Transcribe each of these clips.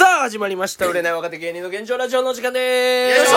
さあ始まりました売れない若手芸人の現状ラジオの時間でーす。 よいしょー。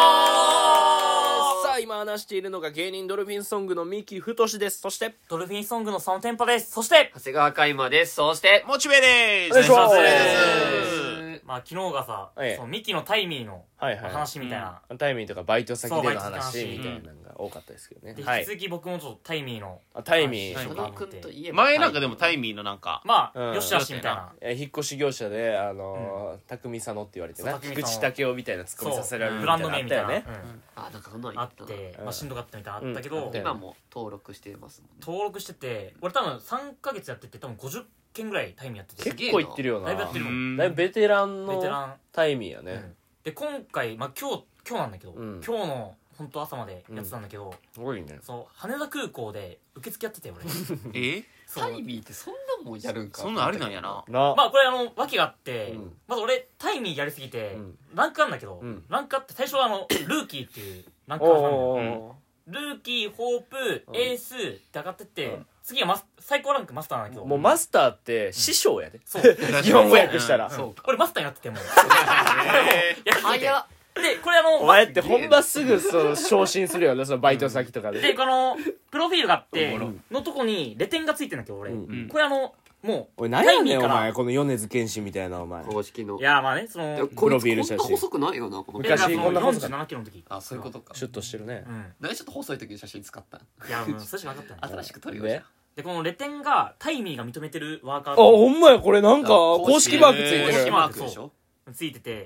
さあ今話しているのが芸人ドルフィンソングの三木太です。そしてドルフィンソングのそのテンパです。そして長谷川海馬です。そしてモチベでお願いします。 お願いしまあ昨日がさ、 ええそのミキのタイミーのはいはい話みたいな、 タイミーとかバイト先でのそうバイト話先の話みたいなのが多かったですけどね。 で、 はい引き。続き僕もちょっとタイミーのタイミー話しようかな佐野くんといえば前なんかでもタイミーのなんかまあ、 うんよしあしみたいな。 引っ越し業者で匠佐野って言われてな、 そう菊池武雄みたいなツッコミさせられるブランドみたいなのあ名みたいな、 ったよね。 あ、なんかそんなのあ言ったな。 って、 うんまあしんどかったみたいなのあったけど、 うん今も登録してますもんね。 登録してて、俺多分3ヶ月やってて多分50件ぐらいタイミーやってて、 結構いってるよな。 だいぶやってるもん。 だいぶベテランのベテラン。 タイミーやねうん。で、今回、まあ今日なんだけど、 うん今日の本当朝までやってたんだけど、 すごいね。 そう羽田空港で受付やってて俺そうタイミーってそんなもんやるんか。 そんなんありなんやな。 な、 まあこれ訳があって、 うんまず俺タイミーやりすぎて、 うんランクあるんだけど、 うんランクあって最初はルーキーっていうランクがあるんだよ。 おルーキー、ホープ、 うんエースって上がってって、 うん次は最高ランクマスターなんだけど、 もうマスターって師匠やで。 そう日本語訳したら。 うんそうか俺マスターになっててもうやりすぎて早っ。 でこれお前ってほんますぐ昇進するよね、そのバイト先とかで。 でこのプロフィールがあってうんのとこにレテンがついてんだけど俺、 うんこれもうおい、何やねん、おタイミーから前。この米津玄師みたいな、お前。 公式の。 いやまあねそのいやプロフィールこいつ写真こんな細くないよな、この。 昔こんな細かった 47キロの時あ、そういうことか。 シュッとしてるねう。ん何ちょっと細い時の写真使ったん。 いやもうそれしかなかったよね新しく撮るようじゃん。 でこのレテンがタイミーが認めてるワーカーあ、ほんまや、これなんか、公式マークついて公式る。 マークでしょ。 ついてて、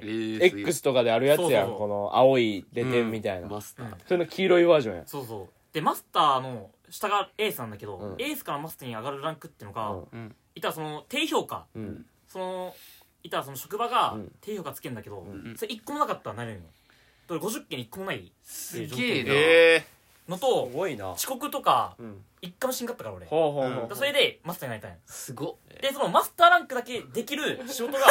X とかであるやつやん、 そうそうそうこの青いレテンみたいな。 マスター。 それの黄色いバージョンや。 そうそうでマスターの下がエースなんだけど、 うんエースからマスターに上がるランクっていうのが、 うんいたらその低評価うん。 いたらその職場がうん低評価つけるんだけど、 んそれ1個もなかったらなれるのだから50件1個もないっていう状況すげえな。 えのとすごいな。 遅刻とかうん。 一回もしんかったから俺だかほうほうほう。 らそれでマスターになりたいのすごっ。 でそのマスターランクだけできる仕事が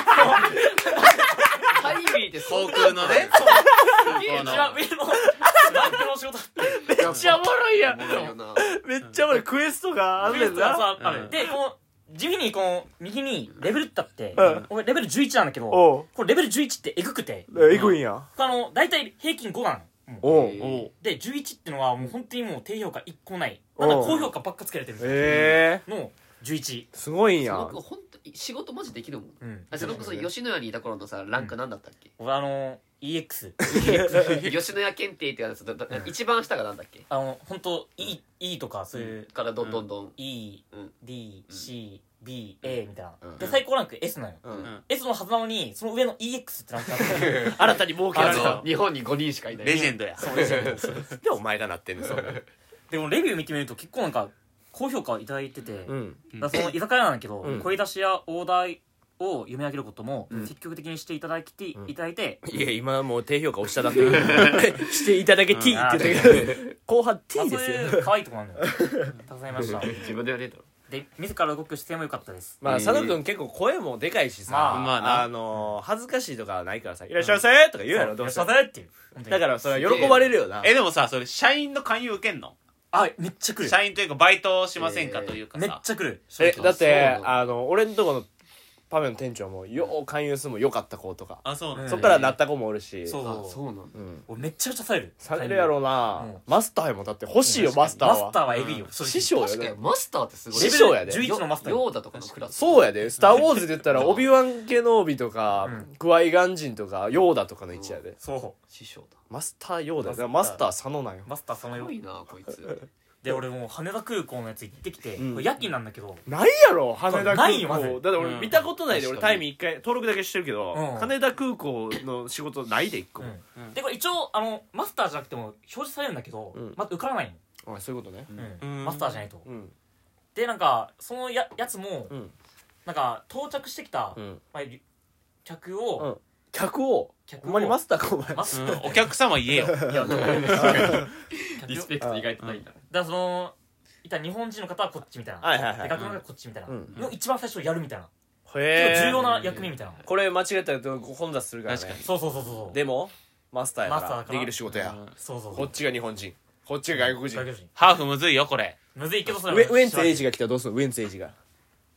タイミーって航空のね一番上のランクの仕事めっちゃおもろいやん。 おもろいよな。 めっちゃおもろい。クエストがあんねんな。 クエストがさあるでこの地味にこの右にレベルってあって、 うん俺レベル11なんだけどおうこれレベル11ってエグくてえぐいんや。 大体平均5なのおう。 おで11ってのはもう本当にもう低評価1個もないただ高評価ばっかつけられてるええ。 の11 すごいんや。 僕本当仕事マジできるもん。 うんあ、それこそ吉野家にいた頃のさ、ランクなんだったっけ。 俺EX 吉野家検定ってやつ一番下がなんだっけ。 本当 E とかそういうからどんどんどん。 E うん D C B A みたいなうんで最高ランク S なのようん。 S のはずなのにその上の EX ってランクあって新たに設けられた。 日本に5人しかいない。 レジェンドや。 そうレジェンドで、お前がなってんねん、それ。 でもレビュー見てみると結構なんか高評価いただいてて、 うん。 だからその居酒屋なんだけど、 うん声出しやオーダーを読み上げることもうん積極的にしていただいて、いただいて、 いや、今もう低評価押しただけ。していただけ T って言ったけど、後半 T まあ、 でそういすよ。 う可愛いところなんだよたくさんいました自分でやれたろ。 で自ら動く姿勢も良かったですまあ、佐野くん結構声もでかいしさ、 まあな恥ずかしいとかはないからさ、いらっしゃいませとか言うやろ、どうせよっ。しゃぜっていう本当にだから、それは喜ばれるよな。 でもさ、それ社員の勧誘受けんの？ あめっちゃ来る社員というかバイトしませんかというかめっさ。 ちゃ来るだってそうな、 俺んとこのパフェの店長も、よう勧誘するもよかった子とか。 あ、そうなうんそっからなった子もおるし。 そうあ、そうなんだ。 うん。 俺めっちゃくちゃされるされるやろうなうん。 マスターやもん、だって欲しいよ、マスターは。 マスターはエグいよ正直師匠やで確かに。マスターってすごい。 師匠やで 11のマスターヨーダとかのクラス。 そうやで。スター・ウォーズで言ったら、オビワン・ケノービとかうん、 クワイガンジンとか、ヨーダとかの位置やで。 そう師匠だ。 マスター・ヨーダやで。ママスタースター・佐野なんよ。 マスターそのよすごいな、こいつ。 で俺もう羽田空港のやつ行ってきて、 うんこれ夜勤なんだけどないやろ、羽田空港。 ないよまずだって俺見たことないで、俺確かにタイミー一回登録だけしてるけど、 うん羽田空港の仕事ないで一個も。 でこれ一応マスターじゃなくても表示されるんだけど、 うんまだ受からないあ、そういうことね。 の、 うんマスターじゃないと、 うん。 でなんかそのやつも、 うん。 なんか到着してきた、 うん。 まあ、客を、 うん。客を、 客をほんまにマスターか、お前。 マスうんお客様言えよ。 いやリスペクト意外とないんだ。 だからそのいた日本人の方はこっちみたいな、 はいはいはいで外国の方はこっちみたいな、 うんの一番最初やるみたいな、 へ結構重要な役目みたいな、 これ間違えたら混雑するからね。 確かにそうそうそうそうでも、マスターやか、 マスターだかららできる仕事や。 そうそうそうこっちが日本人。こっちが外国人。 外国人ハーフむずいよ、これ。 むずいけどそれウエンツエイジが来たらどうするのウエンツエイジが。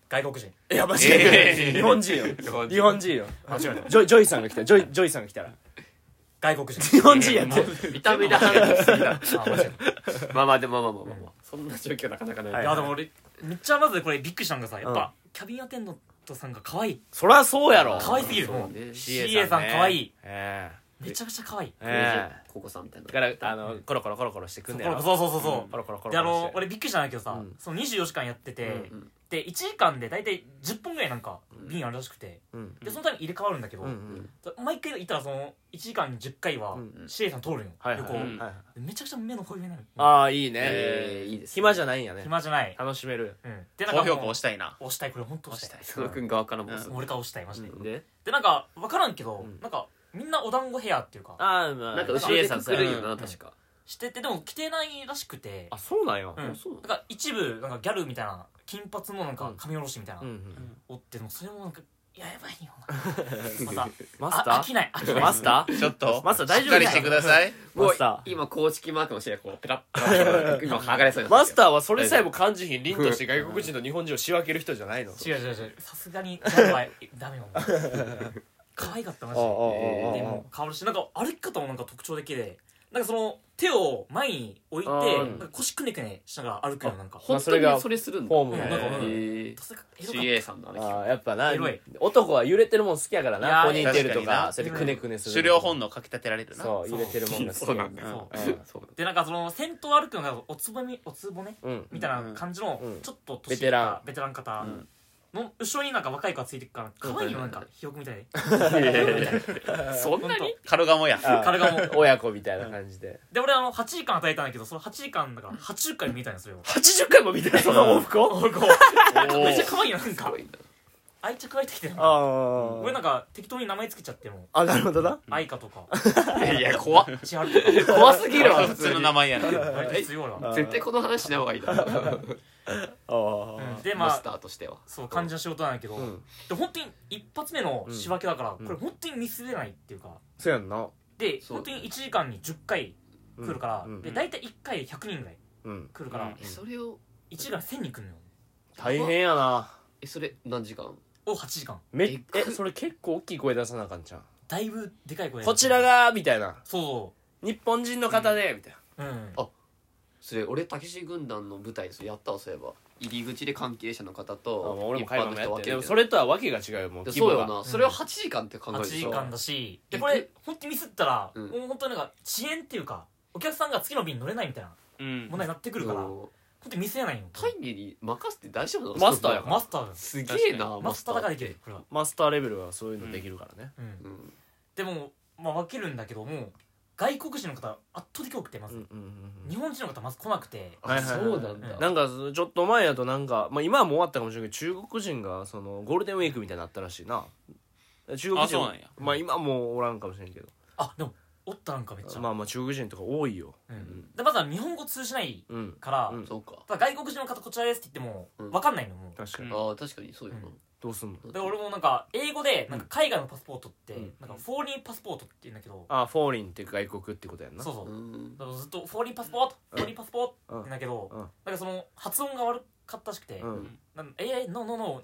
外国人いや間違えた日本人よ日本人よ間違えたジョイさんが来たジョイさんが来たら外国人日本人やって見た目で判断しすぎだあ間違えたまあまあでもまあまあまあまあそんな状況なかなかない、 はいいやでも俺めっちゃまずこれびっくりしたのがさやっぱキャビンアテンダントさんが可愛いそりゃそうやろ可愛すぎるそうね CA さん可愛いえめちゃくちゃ可愛いココさんみたいなだからコロコロコロコロしてくんねやろそうそうそうそうコロコロコロでコロして俺びっくりしたんだけどさ、 うんその24時間やってて、 うんで1時間で大体10本ぐらいなんか便あるらしくて、 うんでそのために入れ替わるんだけど、 うん毎回行ったらその1時間に10回はうん CA さん通るんよ、 はいはい横をはいはいめちゃくちゃ目の濃いめになるああいいねいいです暇じゃないんやね暇じゃない、 楽しめるで高評価もう押したいな押したいこれ本当押したい佐野くん側からもうん俺から押したいマジで、 ででなんか分からんけど、 うんなんかみんなお団子ヘアっていうかああまあなんか後ろでくくるんようんな確かしててでも着てないらしくてあそうなんやうんそうなんか一部なんかギャルみたいな金髪のなんかうん髪下ろしみたいな、 うんおってでもそれもなんかやばいよなまたマスター飽きない飽きないマスターちょっとマスター大丈夫しっかりしてくださいもうマスター今公式マークのシェアこうペラッペラッ今剥がれそうになマスターーはそれさえも感じひん凛として外国人と日本人を仕分ける人じゃないの違う違う違うさすがにギャルはダメよ可愛かったマジでああああああでも変わるしなんか歩き方もなんか特徴的でなんかその手を前に置いてあーなんか腰くねくねしながら歩くよなんかまあ本それが当にそれするんだフォームうんなんかへそれがエロかっ CA さんのあのああやっぱなエロい男は揺れてるもん好きやからいやーなポニーテールと確かになかそれでくねくねする狩猟本能かきたてられるなそう揺れてるもんが好きそうなんだたよそうそうでなんかその先頭歩くのがおつぼねうんみたいな感じのうんちょっとベテランベテラン方んの後ろになんか若い子がついてくから可愛いよなんかひよくみたいでそんなにカルガモやあ体がもう親子みたいな感じでで俺8時間働いたんだけどその8時間だから80回見たんですよ 80回も見てるその往復を俺こうおめっちゃー可愛いななんかすごいな愛着湧いてきてるああ俺なんか適当に名前つけちゃってもあなるほどな愛花とかいや怖っ千春とか怖すぎるわ普通の名前やな割と強いわ絶対この話しない方がいいなあでマスまあターとしてはそう感じの仕事なんだけどうんで本当に一発目の仕分けだからうんこれ本当にミスれないっていうかそうやんなでそう本当に1時間に10回来るからうんで大体1回100人ぐらいうん来るからうんそれを 1時間1000人来るのよ大変やなそれ何時間を8時間それ結構大きい声出さなあかんちゃんだいぶでかい声でこちらがみたいなそ日本人の方でみたいなううんあそれ俺たけし軍団の舞台でそれやったわそういえば入り口で関係者の方あともう俺も会話もやってでもるそれとはわけが違うよもう規模がそうよなそれを8時間って考え 8 ると時間だしでこれ本当にミスったらうんもう本当になんか遅延っていうかお客さんが次の便乗れないみたいなうん問題になってくるから本当にミスれないよタイムに任せて大丈夫なのマスターやからマスターですすげえなマスターだからできるこれはマスターレベルはそういうのできるからねうんうんでもまあ分けるんだけども外国人の方圧倒的多くてまず日本人の方まず来なくてはいはいはいそうなんだなんかちょっと前やとなんかまあ今はもう終わったかもしれないけど中国人がそのゴールデンウィークみたいになったらしいな中国人あそうなんやまあ今はもうおらんかもしれんけどあでもおったなんかめっちゃまあまあ中国人とか多いようんでまずは日本語通じないうんからうんそうかただ外国人の方こちらですって言ってもうん分かんないのもう確かにうんああ確かにそうよなどうすんのだから俺もなんか英語でなんか海外のパスポートってうんなんかフォーリンパスポートって言うんだけどあフォーリンっていう外国ってことやんなそうそううんだからずっとフォーリンパスポートフォーリンパスポートって言うんだけどうんなんかその発音が悪かったらしくてうん No no no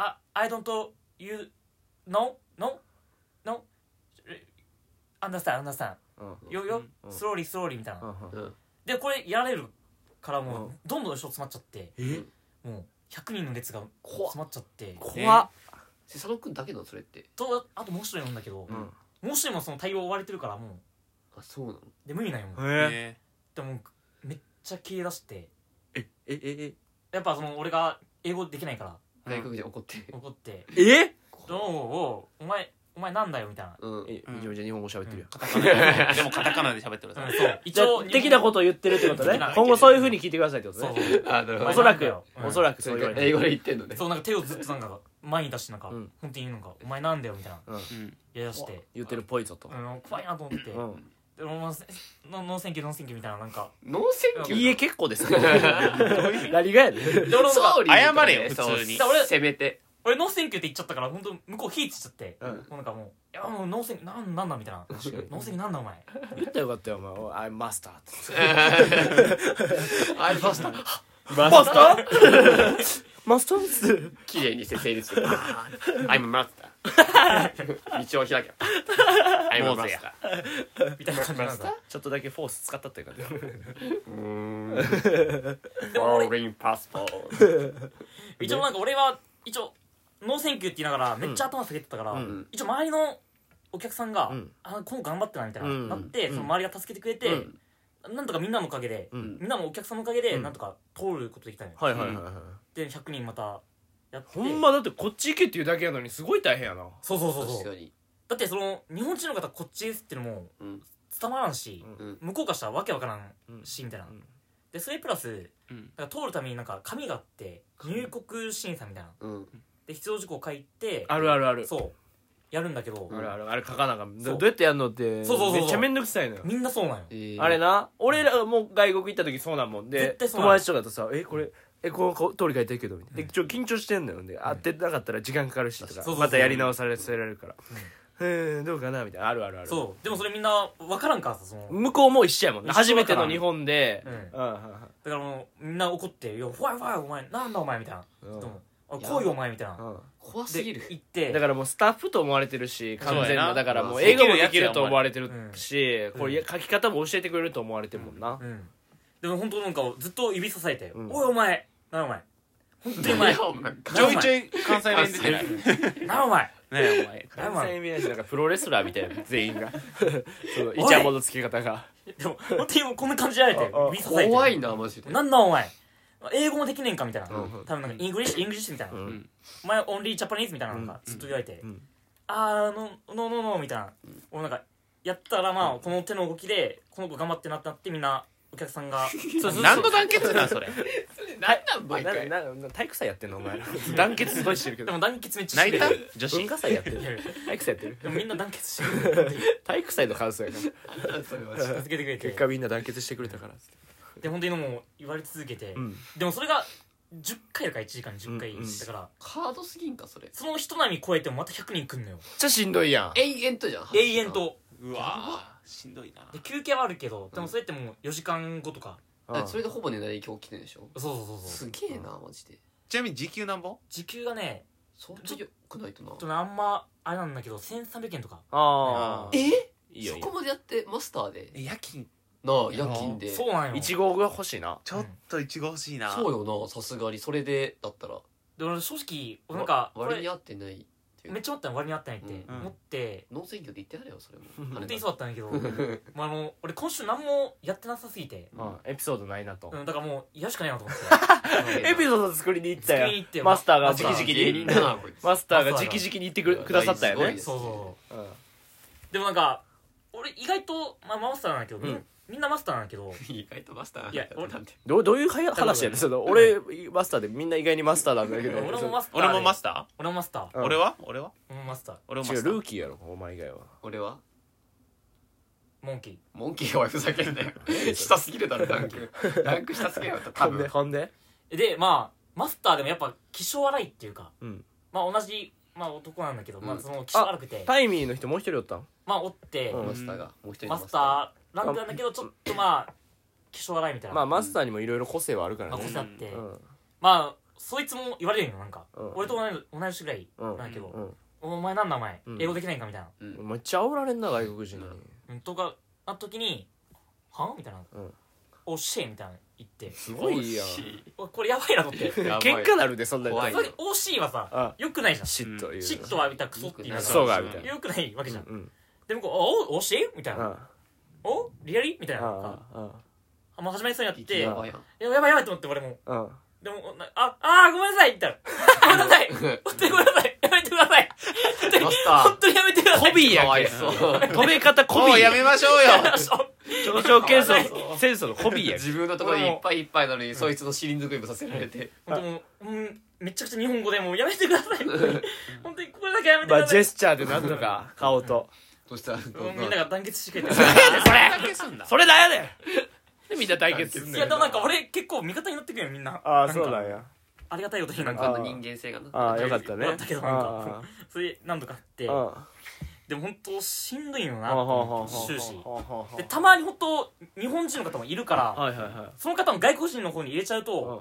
I don't you no understand うんよようんスローリースローリーみたいなうんうんでこれやられるからもううんどんどん後ろ詰まっちゃってえもう100人の列が怖っ詰まっちゃって怖っ佐野くんだけなのそれってとあともう一人いるんだけどうんもう一人もその対応追われてるからもうあそうなので無理なんよもうへえでもめっちゃ消え出してえやっぱその俺が英語できないから外国人怒って怒ってえ 「お前なんだよ」みたいなうんえめちゃめちゃ日本語喋ってるよカタカナでもカタカナで喋ってくださいそう一じゃ応あ的なことを言ってるってことね的な今後そういう風に聞いてくださいってことそうねそうあなるほどおそらくうんおそらくそう言われてる英語で言ってんのねそうなんか手をずっとなんか前に出してなんかうん本当になんか「お前なんだよ」みたいなうんうんやりだして言ってるっぽいぞと怖いなと思ってうんでもノーセンキューノーセンキューみたいななんかノーセンキューいいえ結構ですね何がやねんで俺もソーリー謝れよそう普通に俺せめて俺ノーセンキューって言っちゃったから本当向こう火ついちゃってうんもうなんかもう「いやもうノーセンキューなんだ」みたいな「ノーセンキューなんだお前」 言ったらよかったよお前「I'm master」ってアイマスターマスターマスター綺麗にして成立するI'm a master 道を開け I'm a モーゼや master みたいな感じなんだちょっとだけフォース使ったっていうかフォーリンパスポート一応なんか俺は一応ノーセンキューって言いながらめっちゃ頭下げてたから、 うん一応周りのお客さんが、 うんあ今後頑張ってなみたいな、 うんなって、その周りが助けてくれて、なんとかみんなのおかげで、 うんみんなのお客さんのおかげで、 うんなんとか通ることできたのよ、 はいはいはいはいで100人またやってほんまだってこっち行けっていうだけやのにすごい大変やなそうそうそうそう確かにだってその日本人の方こっちですってのもうん伝わらんし、 うん向こうからしたらわけわからんし、みたいな、 うんでそれプラスうんなんか通るためになんか紙があって入国審査みたいなうんで必要事項書いてあるあるあるそうやるんだけど、 あるあるあれ書かなあかんそうどうやってやんのってそうそうそうそうめっちゃめんどくさいのよみんなそうなんよ、 あれな俺らも外国行った時そうなんもんで絶対そうなの友達とかとさこれこの通り書いてるけどみたいなでちょっと緊張してんのよで会ってなかったら時間かかるしとかそうそうそうまたやり直されるからどうかなみたいなあるあるあるそうでもそれみんな分からんからさその向こうも一緒やもんね一緒だから初めての日本でうんうんうんだからもうみんな怒って「いやファイファイお前なんだお前」みたいなうんでもあ来いよお前みたいなうんで怖すぎる行ってだからもうスタッフと思われてるし完全そうやななだからもううん英語もできると思われてるうんしこれ書き方も教えてくれると思われてるもんなうんでも本当なんかずっと指さされて「 うんおいお前なあお前本当にお前いやお前ちょいちょい関西弁出てないなあお前ねえお前なあお前関西弁やしなんかプロレスラーみたいな全員がそのイチャモのつけ方がでも本当にもうこんな感じでやられてああ指さされて怖いなマジでなんだお前英語もできねえんかみたいなうん多分なんかイングリッシュみたいなうんお前オンリージャパニーズみたいなのがずっと言われてうんあーノーみたいな俺なんかやったらまあこの手の動きでこの子頑張ってなってなってみんなお客さんがそうそう何の団結なんそれなんなん毎回な体育祭やってんのお前ら団結すごいしてるけどでも団結めっちゃして泣いたる女子文化祭やってるいやいや体育祭やってるでもみんな団結してる体育祭の感想やからそれは助けてくれて結果みんな団結してくれたからっつってで本当にもう言われ続けてうんでもそれが10回か1時間に10回うんうんだからハードすぎんかそれその人並み超えてもまた100人来んのよめっちゃしんどいやん永遠とじゃん永遠とうわーしんどいなで休憩はあるけどでもそれってもう4時間後とかそれでほぼ寝ないで今日来てんでしょそうすげえなマジでちなみに時給なんぼ時給がね相当よくないとなちょっとねあんまあれなんだけど1300円とかああえいいよいいよそこまでやってマスターで夜勤なあ夜勤でそうなんよいちごが欲しいなちょっといちご欲しいなそうよなさすがにそれでだったらで俺正直俺なんかこ割にれ合ってないっていうめっちゃ思ったの割に合ってないってうん思ってノー選挙で言ってやれよそれも本当にそうだったんだけどまあ俺今週何もやってなさすぎてエピソードないなとだからもうやるしかないなと思ってエピソード作りに行った作りに行ってよマスターがマスター直々 芸に人だなこいつマスターが直々に言ってくださったよねすごいですそうそううんでもなんか俺意外とまあマスターなんだけどみんなマスターなんだけど意外とマスターいや俺なんてどういう話やねんその俺マスターでみんな意外にマスターなんだけど俺もマスター俺もマスタタ俺もマスターうんー俺は俺もマスター違う俺もマスタールーキーやろお前以外は俺はモンキーモンキーはふざけんなよ下すぎるだろランク下すぎるよ多ほんで分ほんででまあマスターでもやっぱ気性荒いっていうかうんまあ同じまあ男なんだけどまあうんその気性荒くてタイミーの人もう一人おったんまあおってうんマスターがもう一人マスターランクなんだけどちょっとまあ気性荒いみたいなまあマスターにもいろいろ個性はあるからまあね個性あってうんまあそいつも言われるよなんかうん俺と同い年ぐらいなんだけどうんお前なんだお前うん英語できないんかみたいなうんめっちゃ煽られんな外国人にとかなった時にはみたいなうんおっしゃいみたいな言ってすごいやんおこれやばいなと思ってやばい喧嘩なるでそんな怖いそれ OC はさあよくないじゃん嫉妬いう嫉妬は見たらクソって言いなクがらソがみたいなよくないわけじゃんうんでもこうおしみたいなあおリアリみたいななんかあもう始まりそうになってやばいやんやばいと思って俺もああでもごめんなさいみたいなごめんなさい本当にごめんなさいやめてください本当にマスター本当にやめてくださいコビーやんけかわいそう止め方コビもうーやめましょうよ頂上戦争のコビーやんけ自分のところにいっぱいいっぱいなのにそいつの尻拭いもさせられて本当もうめちゃくちゃ日本語でもうやめてください本当にこれだけやめてくまあださいジェスチャーでなんとか顔とどうしたらもうみんなが団結してくれてそれだけすんだそれだよねでみんな対決すんねんいやでもなんか俺結構味方になってくるよみんなああなんかそうなんやありがたいことになんかなんかあの人間性がなああよかったねだったけどなんかそれなんとかあってあでも本当しんどいよなあははは終始はでたまに本当日本人の方もいるからはいはいはいその方も外国人の方に入れちゃうと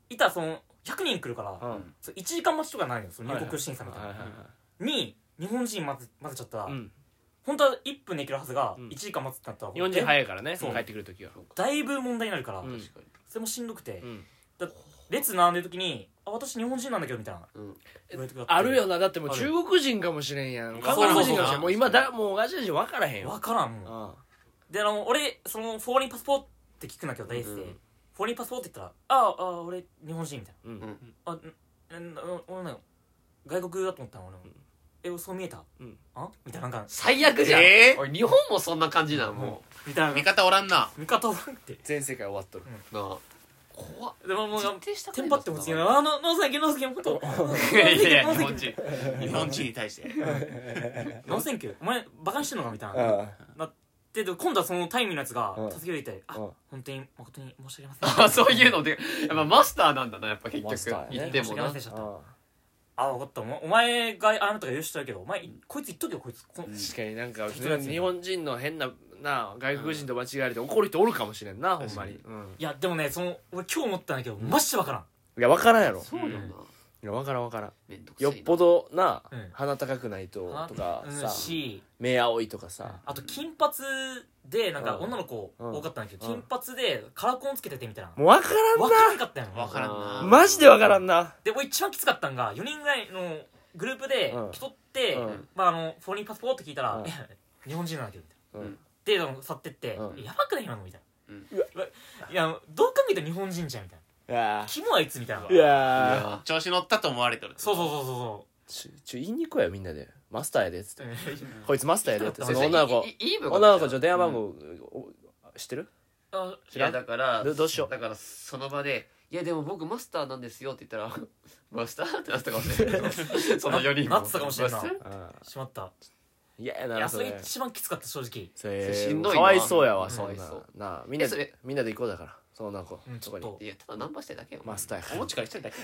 いたらその100人来るからうんそう1時間待ちとかないのよその入国審査みたいなはいはいはいに日本人混ぜちゃったらうん本当は1分できるはずがうん 1時間待つってなったら日本人早いからねそう帰ってくる時はだいぶ問題になるからうん確かにそれもしんどくてうん列並んでる時に「あ私日本人なんだけど」みたいなうん言われてくださってあるよなだってもうある中国人かもしれんやん韓そうそうそう国人かもしれんもう今もうアジア人分からへんよ分からんもうあで俺そのフォーリンパスポートって聞くんだけど大好きで、 うんフォーリンパスポートって言ったら「あ俺日本人」みたいなうん 「俺ね外国だと思ったの俺も、そう見えた、 うんあみたいななんか最悪じゃんおい日本もそんな感じなんもみたいな味方おらんな味方おらんって全世界終わっとるうなあ怖っでももう実定したくテンないパっても次のノーサンキューノーサンキュー本当いやいや日本人日本人に対してノーサンキューお前バカにしてんのかみたいなあなってで今度はそのタイミーのやつがうん助けていてあうん本当に誠に申し訳ありませんあそういうのでやっぱマスターなんだなやっぱ結マスター局やね申し言ってもな訳ありませんでしたああ分かったお前があなたが許してるけどお前こいつ言っとけよこいつ確かになんか適当なやつやな日本人の変な外国人と間違えられて怒る人おるかもしれんなほんまにいやでもね俺今日思ったんだけどマジで分からんいや分からんやろそうよな、 いや分からん分からんめんどくさいなよっぽどなうん鼻高くないととかうんさし目青いとかさあと金髪でなんかうん女の子うん多かったんだけどうん金髪でカラコンつけててみたいなもう分からん分からんかったよ分からんなマジで分からんなで俺一番きつかったんが4人ぐらいのグループでうん来とってうんまあフォーリンパスポートって聞いたらうんいや日本人なんだけどみたいなうんで去ってってうんやばくない今のみたいうんないやどう考えても日本人じゃんみたいないやキモあいつみたいないいや調子乗ったと思われてるそうそうそうそ言いにくいよみんなでマスターやでっつってうこいつマスターやでってそうその女の子いい部女の子ちょ電話番号知ってるあいやだからどうしようだからその場で「いやでも僕マスターなんですよ」って言ったら「マスター?」ってなったかもしれないその4人もなってたかもしれんなマスあしまった嫌やいやそなそれれ一番きつかった正直それしんどいなかわいそうやわうんそんなかわいそうなあみんなそれみんなで行こうだからその女の子うんそこにちょっとターいやただナンパしたいだけよマスターやからお持ち帰りしといただけ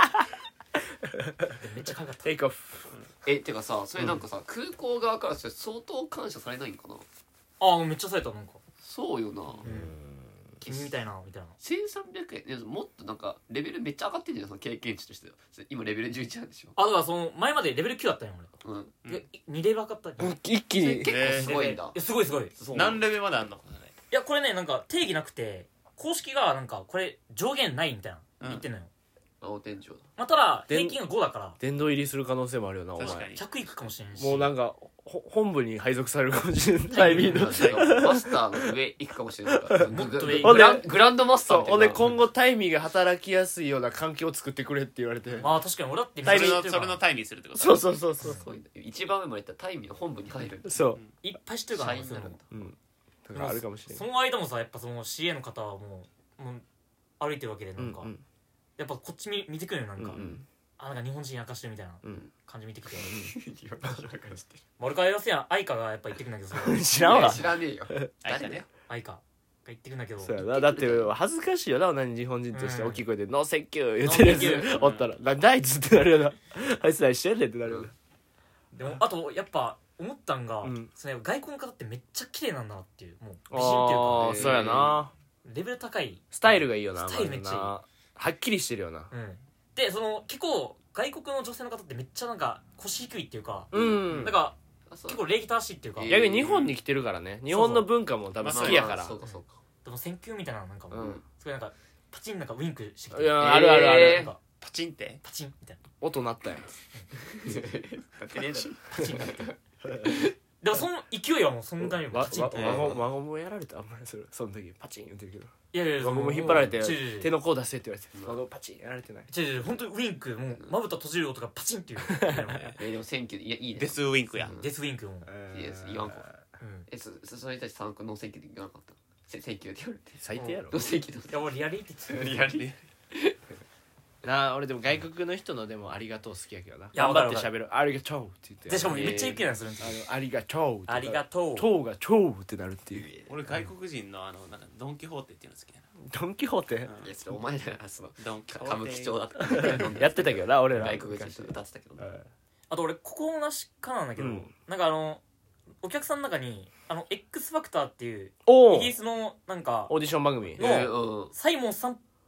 めっちゃ可愛かったテイクオフてかさそれなんかさ、空港側からそれ相当感謝されないんかなあめっちゃされたなんかそうよな、 君みたいなみたいな 1300円いやもっとなんかレベルめっちゃ上がってんじゃんその経験値として今レベル11なんでしょあだからその前までレベル9だったんようんうん俺2レベル上がった一気に結構すごいんだいやすごいすごいいそう何レベルまであんのやこれねなんか定義なくて公式がなんかこれ上限ないみたいな言ってんのよ青天井だまあただで平均が5だから殿堂入りする可能性もあるよなお前確かに 100いくかもしれんしもうなんか本部に配属されるかもしれないタイミングマスターの上行くかもしれないからもっと上グランドマスターみたいなそうほんで今後タイミーが働きやすいような環境を作ってくれって言われてまあ確かに俺だってタイミングめっちゃ知ってるからそれのタイにするってことそうそうそうそうすごいね一番上まで行ったらタイミーの本部に入るんだそいっぱい知ってるから社員になるんだううんだからあるかもしれないその間もさやっぱその CA の方はもう歩いてるわけでなんか、 うんやっぱこっち見てくるよなんか、 うんうんあなんか日本人明かしてるみたいなうん感じ見てきて、俺から言わせや愛花がやっぱ言ってくるんだけどそれ知らんわ知らねえよあ誰だよ愛花が言ってくるんだけどそうやなだって恥ずかしいよな何日本人として大きい声で「ノーセンキュー」言ってるやノーセンキューつおったら「なんだあいつ」ってなるよなあいつ何してんねんってなるよなでもあとやっぱ思ったんが、 うんその外国の方ってめっちゃ綺麗なんだなっていうもう美人っていうあかあそうやなレベル高いスタイルがいいよなスタイルめっちゃいいまずなはっきりしてるよなうんでその結構外国の女性の方ってめっちゃなんか腰低いっていうか、 うんなんかあそう結構礼儀正しいっていうか、 逆に日本に来てるからね日本の文化も多分好きやからそうかそうかでも選球みたいななんかもう、 うんすごいなんかパチンなんかウインクしてきていやあるあるあるなんかパチンってパチンみたいな音鳴ったやんだってねえだろパチンがでもその勢いはもうそんなにパチンって輪ゴムやられたあんまりそれその時パチン言ってるけどいやいや輪ゴム引っ張られて違う手の甲出せって言われて輪ゴムパチンやられてない違う本当にウインクもうまぶた閉じる音がパチンっていうでも選挙いやいいねデスウインクやうんデスウインクも、 いいです言わんこうん、 それに対して参加ノー選挙で言わなかった選挙って言われて最低やろノー選挙でいや俺リアリって言ってリアリなあ俺でも外国の人のでもありがとう好きやけどなや頑張って喋るありがとうって言ってでしかもめっちゃゆっくりなんですよありがとうってありがとうとうが超ってなるっていう俺外国人のなんかドン・キホーテっていうの好きだドン・キホーテな、 いやそれお前らがそのドン・キホ歌ーテ舞伎町だったやってたけどな俺ら外国人と歌ってたけどねあと俺ここなしかなんだけど、 うんなんかお客さんの中にX ファクターっていうおおイギリスのなんかオーディション番組のうんサイモンさんっ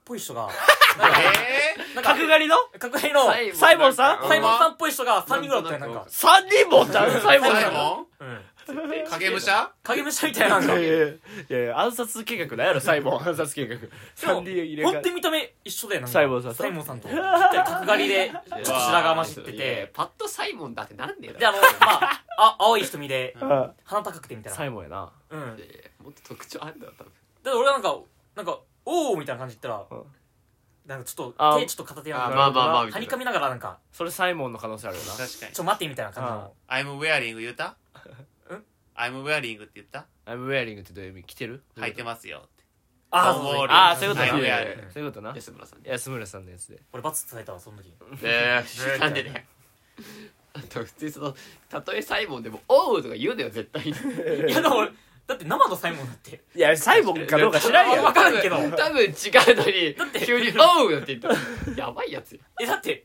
ぽい人がなんか角刈りの角刈りのサイモンさんサイモンさんっぽい人が3人ぐらいおったよなんか 3人もおったのサイモンさんサイモンうん影武者影武者みたいななんかいやいや暗殺計画なんやろサイモン暗殺計画3人入れ替本当に見た目一緒でなんかサイモンさんとサイモンさんと角刈りでちょっと白髪混じっていやてパッとサイモンだってなんねえだろで青い瞳であ鼻高くてみたいなサイモンやなうんいやいやもっと特徴あるんだよ多分で俺がなんかおおみたいな感じで言ったらうんなんかちょっあと手ちょっと片手なんかまあまあまあみたいなはにかみながらなんかそれサイモンの可能性あるよな確かにちょっと待ってみたいな感じの I'm wearing 言ったん I'm wearing って言った I'm wearing ってどういう意味着てる履いてますよってあそうそうあそういうことな I'm いやいや wearing そういうことな安村さんね安村さんのやつで俺バツ伝えたわその時なんでねあと普通にたとえサイモンでも「おう!」とか言うのよ絶対にいやでも俺だって生のサイモンだっていやサイモンかどうか知らんやわんかるけど多分違うのにだって急に「おう!」って言ったらやばいやつよだって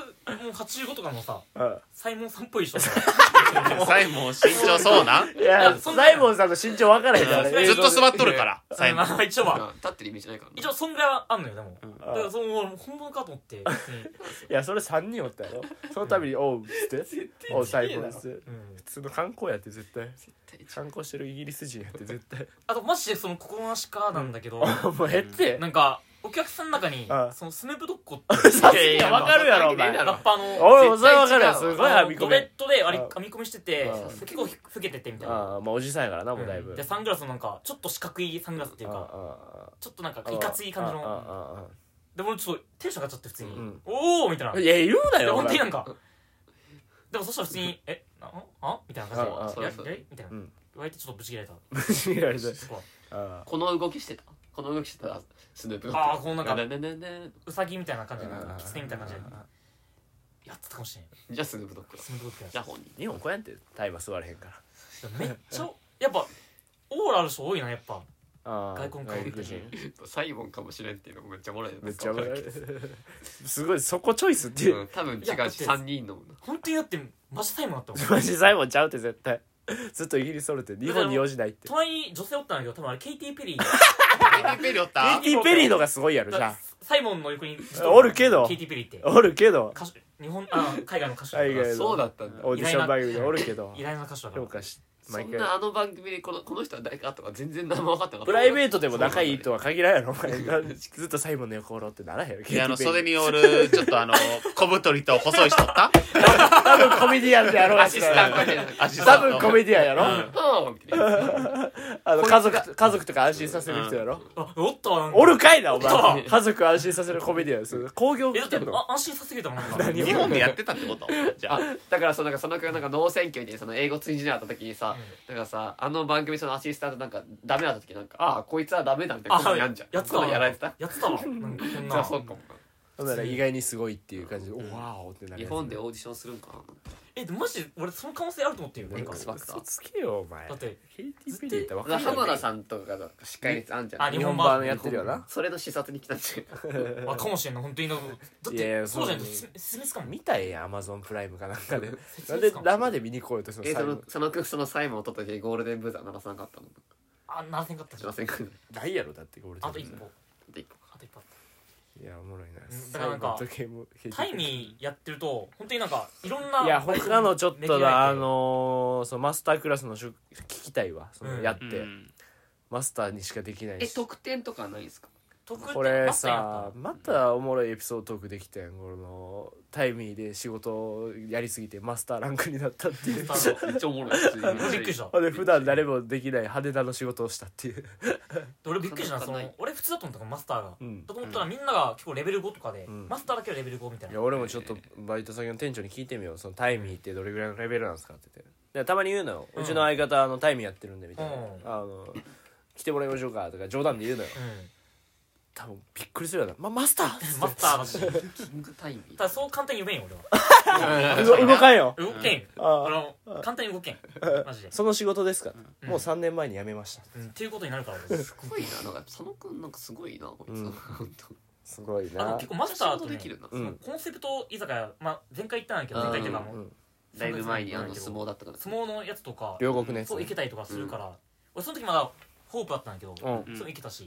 185とかのさうんサイモンさんっぽい人サイモン身長そうなんいやそんなサイモンさんの身長分からへんからうんずっと座っとるらからサイモンまあ一応は立ってる意味じゃないからな一応そんぐらいはあんのよでもんだからその本物かと思って別にいやそれ3人おったやろそのために「おう」っつって「おうサイモン」っつってうん普通の観光やって絶対観光してるイギリス人やって絶対あとマジでその心なしかなんだけどもう減ってなんかお客さんの中にああそのスヌープドッグってさすがに分かるやろお前いやいやラッパーの俺もそれ分かるや絶対違うすごい編み込ドベッみドで編あみ込みしててあ結構老けててみたいなああまあおじさんやからなもうだいぶでサングラスのなんかちょっと四角いサングラスっていうかあちょっとなんかいかつい感じのあでも俺ちょっとテンション上がっちゃって普通にうんおおみたいないや言うなでよお前本当になんかでもそしたら普通にみたいな感じでああそうみたいなうん言われてちょっとブチ切られた違う違うそこはあこの動きしてたこの動きしてたらスヌープがああこのなんかねねねねウサギみたいな感じであキツネみたいな感じでやってたかもしれないじゃあスヌープドッグだスヌープドッグやじゃあ本人日本こうやってタイマー座れへんからめっちゃやっぱオーラある人多いなやっぱあ外国人サイモンかもしれんっていうのもめっちゃおもろいめっちゃおもろいすごいそこチョイスっていう多分違うしいやだって 3人の本当にだってマジサイモンだったもんマジサイモンちゃうって絶対ずっとイギリスおるって日本に用事ないって隣に女性おったんだけど多分あれケイティ・ペリーケイティ・ペリーおったケイティ・ペリーのがすごいやろじゃサイモンの横におるけどケイティ・ペリーってあおるけど歌手海外の歌手海外のそうだったんだオーディション番組でおるけど偉大な歌手だから評価しそ毎回んなあの番組でこの人は誰かとか全然何も分かってなかったプライベートでも仲いいとは限らんやろお前ずっとサイモンの横おろうってならへんやろで袖におるちょっと小太りと細い人おった多分コメディアンでやろうアシスタントみたいなアシスタント多分コメディアンやろうんみたいな家族とか安心させる人やろおったわなんかおるかいなおおったわ前家族安心させるコメディアンです興行だって来てんの安心させてたもんなんか日本でやってたってことじゃあだからそのなんか脳選挙にその英語通じなかった時にさだからさあの番組そのアシスタントなんかダメだった時なんかああこいつはダメだみたいなことやんじゃんやってたわやられてたやってたわなんかこんじゃなあそうかもほんなら意外にすごいっていう感じでおわーってなるやつ日本でオーディションするんかなでもマジで俺その可能性あると思ってるよエクスファクター嘘つけよお前だってケイティ・ペリーって分かる浜田さんとかが司会率あんじゃんあ日本版やってるよなそれの視察に来たんじゃんあかもしれんな本当にだっいやいやてそうじゃないとそう進めつかも見たいやんアマゾンプライムかなんかでなんで説明つかも生で見に来ようとその最後そのサイモンを取った時ゴールデンブザー鳴らさなかったのならせんかったじゃんすいませんかないやろだって俺あと一歩一個あと一歩いやおもろいなだからなんか最後の時計もタイミーやってると本当になんかいろんないや他のちょっと巡り合えてそのマスタークラスの聞きたいわそのうんやって、 うんマスターにしかできないし得点とかないんですか特典これマスターやさったまたおもろいエピソードトークできたやんこのタイミーで仕事をやりすぎてマスターランクになったっていうめっちゃおもろい普通に俺びっくりしたほんで普段誰もできない派手なの仕事をしたっていう俺びっくりしたなかなかない俺普通だと思ったからマスターがうんだと思ったらみんなが結構レベル5とかでうんマスターだけはレベル5みたいないや俺もちょっとバイト先の店長に聞いてみようそのタイミーってどれぐらいのレベルなんですかって言ってでたまに言うのよ、うちの相方タイミーやってるんでみたいな、来てもらいましょうかとか冗談で言うのよ多分びっくりするよな、マスターマスターだしキングタイミーただそう簡単に呼べんよ俺は動かんよ動けんよあ簡単に動けんマジでその仕事ですか、 うんもう3年前に辞めましたっていうことになるから俺すごいななんか佐野くんなんかすごいなこいつうん本当すごいなあと結構マスターとねできるなうんコンセプト居酒屋前回行ったんやけど前回っていうかもうだいぶ前に相撲だったから相撲のやつとか両国のやつそう行けたりとかするから俺その時まだホープだったんやけどうんそう行けたし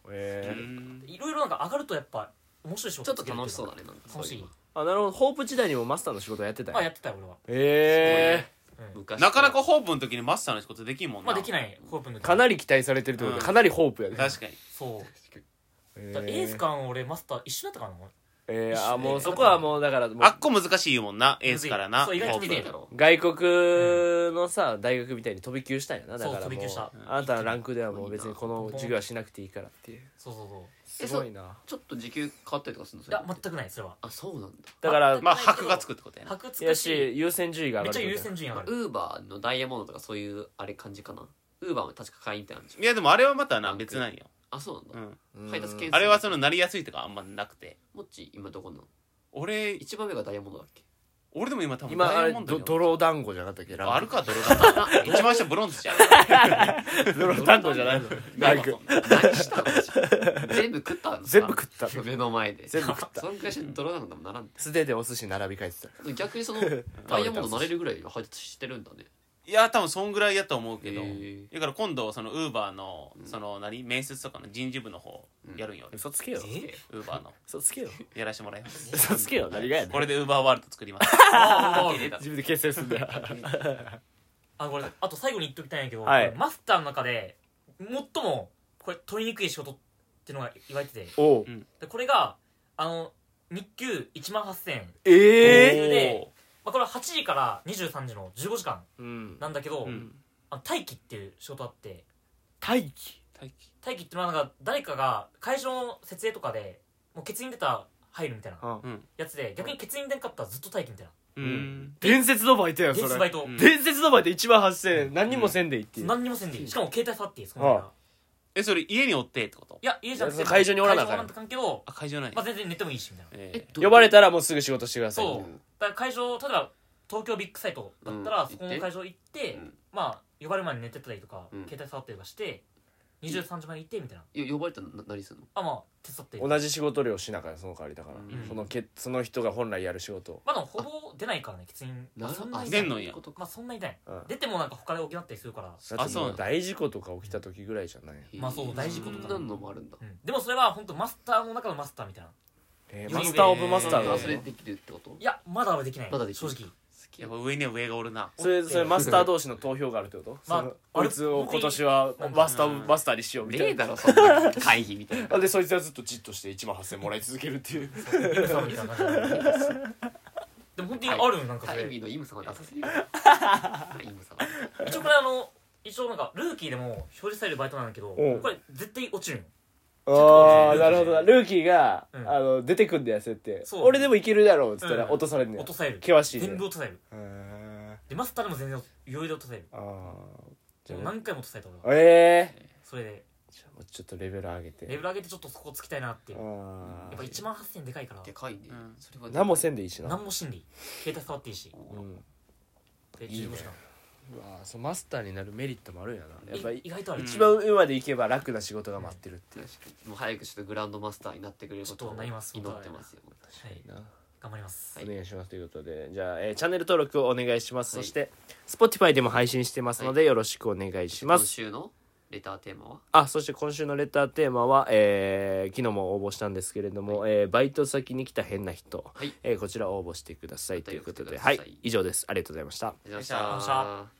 いろいろなんか上がるとやっぱ面白い仕ちょっと事つける楽しそうだねなんか楽しい。 あなるほど。ホープ時代にもマスターの仕事やってたんや。 やってたよ俺は。 昔なかなかホープの時にマスターの仕事できんもんな。 できないホープの時かなり期待されてるってことで、 うんかなりホープやで。 確かに。 そうだからエース間俺マスター一緒だったかな。 あもうそこはもうだからもうあっこ難しいもんな、エースからな。 そう意外とホープ見てるだろ。 外国のさ大学みたいに飛び級したんやな。だからもうそう飛び級したあなたのランクではもう別にこの授業はしなくていいからっていう。 そうすごいな。 ちょっと時給変わったりとかするのそれいや全くないそれは。 あそうなんだだからまあ箔がつくってことやな。 箔つやくしし優先順位が上めっちゃ優がるってことや。 先順位上がる。 ウーバーのダイヤモンドとかそういうあれ感じかなウーバーも確か会員ってあるんでしょいやでもあれはまたな別なんよ。 あそうなんだうん配達件数あれはそのなりやすいとかあんまなくて。 もっち今どこなの俺一番目がダイヤモンドだっけでも今多分今あれダイヤモンドに泥団子じゃなかったっけ。 あるか泥だった一番下ブロンズじゃん。 泥団子じゃないの。ライク何したの全部食ったのさ全部食った。 目の前で全部食ったそんくらいして泥なのかもならん素手でお寿司並び替えてた。 逆にそのダイヤモンドなれるぐらい配達してるんだねいや多分そんぐらいやと思うけど、 へーだから今度そのウーバーのその面接とかの人事部の方やるんよ、 嘘つけよ。 ウーバーの嘘つけよ。 やらしてもらいます。 嘘つけよ。何がやねん。 これでウーバーワールド作ります。 自分で結成すんだよ。 これあと最後に言っときたいんやけど、 はいマスターの中で最もこれ取りにくい仕事っていうのが言われてて、 おう。 でこれが日給18000円ええ。 これは8時から23時の15時間うん。 なんだけど、 うん待機っていう仕事あって、 待機。 待機待機っていうのはなんか誰かが会場の設営とかでもう欠員出たら入るみたいなうん。 やつで、逆に欠員出なかったらずっと待機みたいな伝説のバイトやんそれ。 現実バイト、 伝説のバイト18000円何にもせんでいいっていう。 何にもせんでいい。しかも携帯触っていいその間それ家におってってこと？ いや家じゃなくて会場におらなあかん会場おらなあかんけど、 あ会場ない、 全然寝てもいいしみたいな。 呼ばれたらもうすぐ仕事してください。 そうだから会場例えば東京ビッグサイトだったら、 うんそこの会場行って、 うん呼ばれる前に寝てたりとか、 うん携帯触ったりとかして23時まで行ってみたいな、 呼ばれたら何するの手伝って同じ仕事量しながらその代わりだから、 んその人が本来やる仕事を。 でもほぼ出ないからね欠員そんなに出んのんやそんなにない、 うん出てもなんか他で補ったりするから、 だってもう大事故とか起きた時ぐらいじゃない。 そう大事故とか何のもあるんだでもそれは本当マスターの中のマスターみたいな。 マスターオブマスターだそれできるってこといやまだはできないまだできない正直。 やっぱ上には上がおるな。 それマスター同士の投票があるってこと？こいつを今年はマスターにしようみたいな。 ねえだろそんな会議みたいなでそいつはずっとじっとして18000もらい続けるっていう。 イムさんみたいな感じでも本当にあるなんかそれタイミーのイム様ダサすぎるイム様一応これ一応なんかルーキーでも表示されるバイトなんだけど、 うんこれ絶対落ちるよ。 ああなるほどな。ルーキーがうん出てくんだよそうやってそう俺でもいけるだろうっつったらうん落とされるねん。 落とされる険しいね全部落とされる。でマスターでも全然余裕で落とされる。 ああじゃあ何回も落とされた俺は。それでじゃあもうちょっとレベル上げて。 レベル上げてちょっとそこつきたいなっていう。やあっぱ1万8000でかいからでかいねうんそれは何もせんでいいしな。 何もしんでいい。携帯触っていいしうんでいいね 15時間うわそうマスターになるメリットもあるんやな。やっぱり意外とある。 一番上まで行けば楽な仕事が待ってるっていう。 確かにもう早くちょっとグランドマスターになってくれることちょっをとなります祈ってますよはいな頑張ります。 お願いしますということでじゃあ、チャンネル登録をお願いします、そして Spotify でも配信してますので、よろしくお願いしま今す。 週のレターテーマはそして今週のレターテーマは、昨日も応募したんですけれども、バイト先に来た変な人、 はいこちら応募してくださいということで、 またはいよくしてください以上です。ありがとうございました。 ありがとうございましありがとうございましたた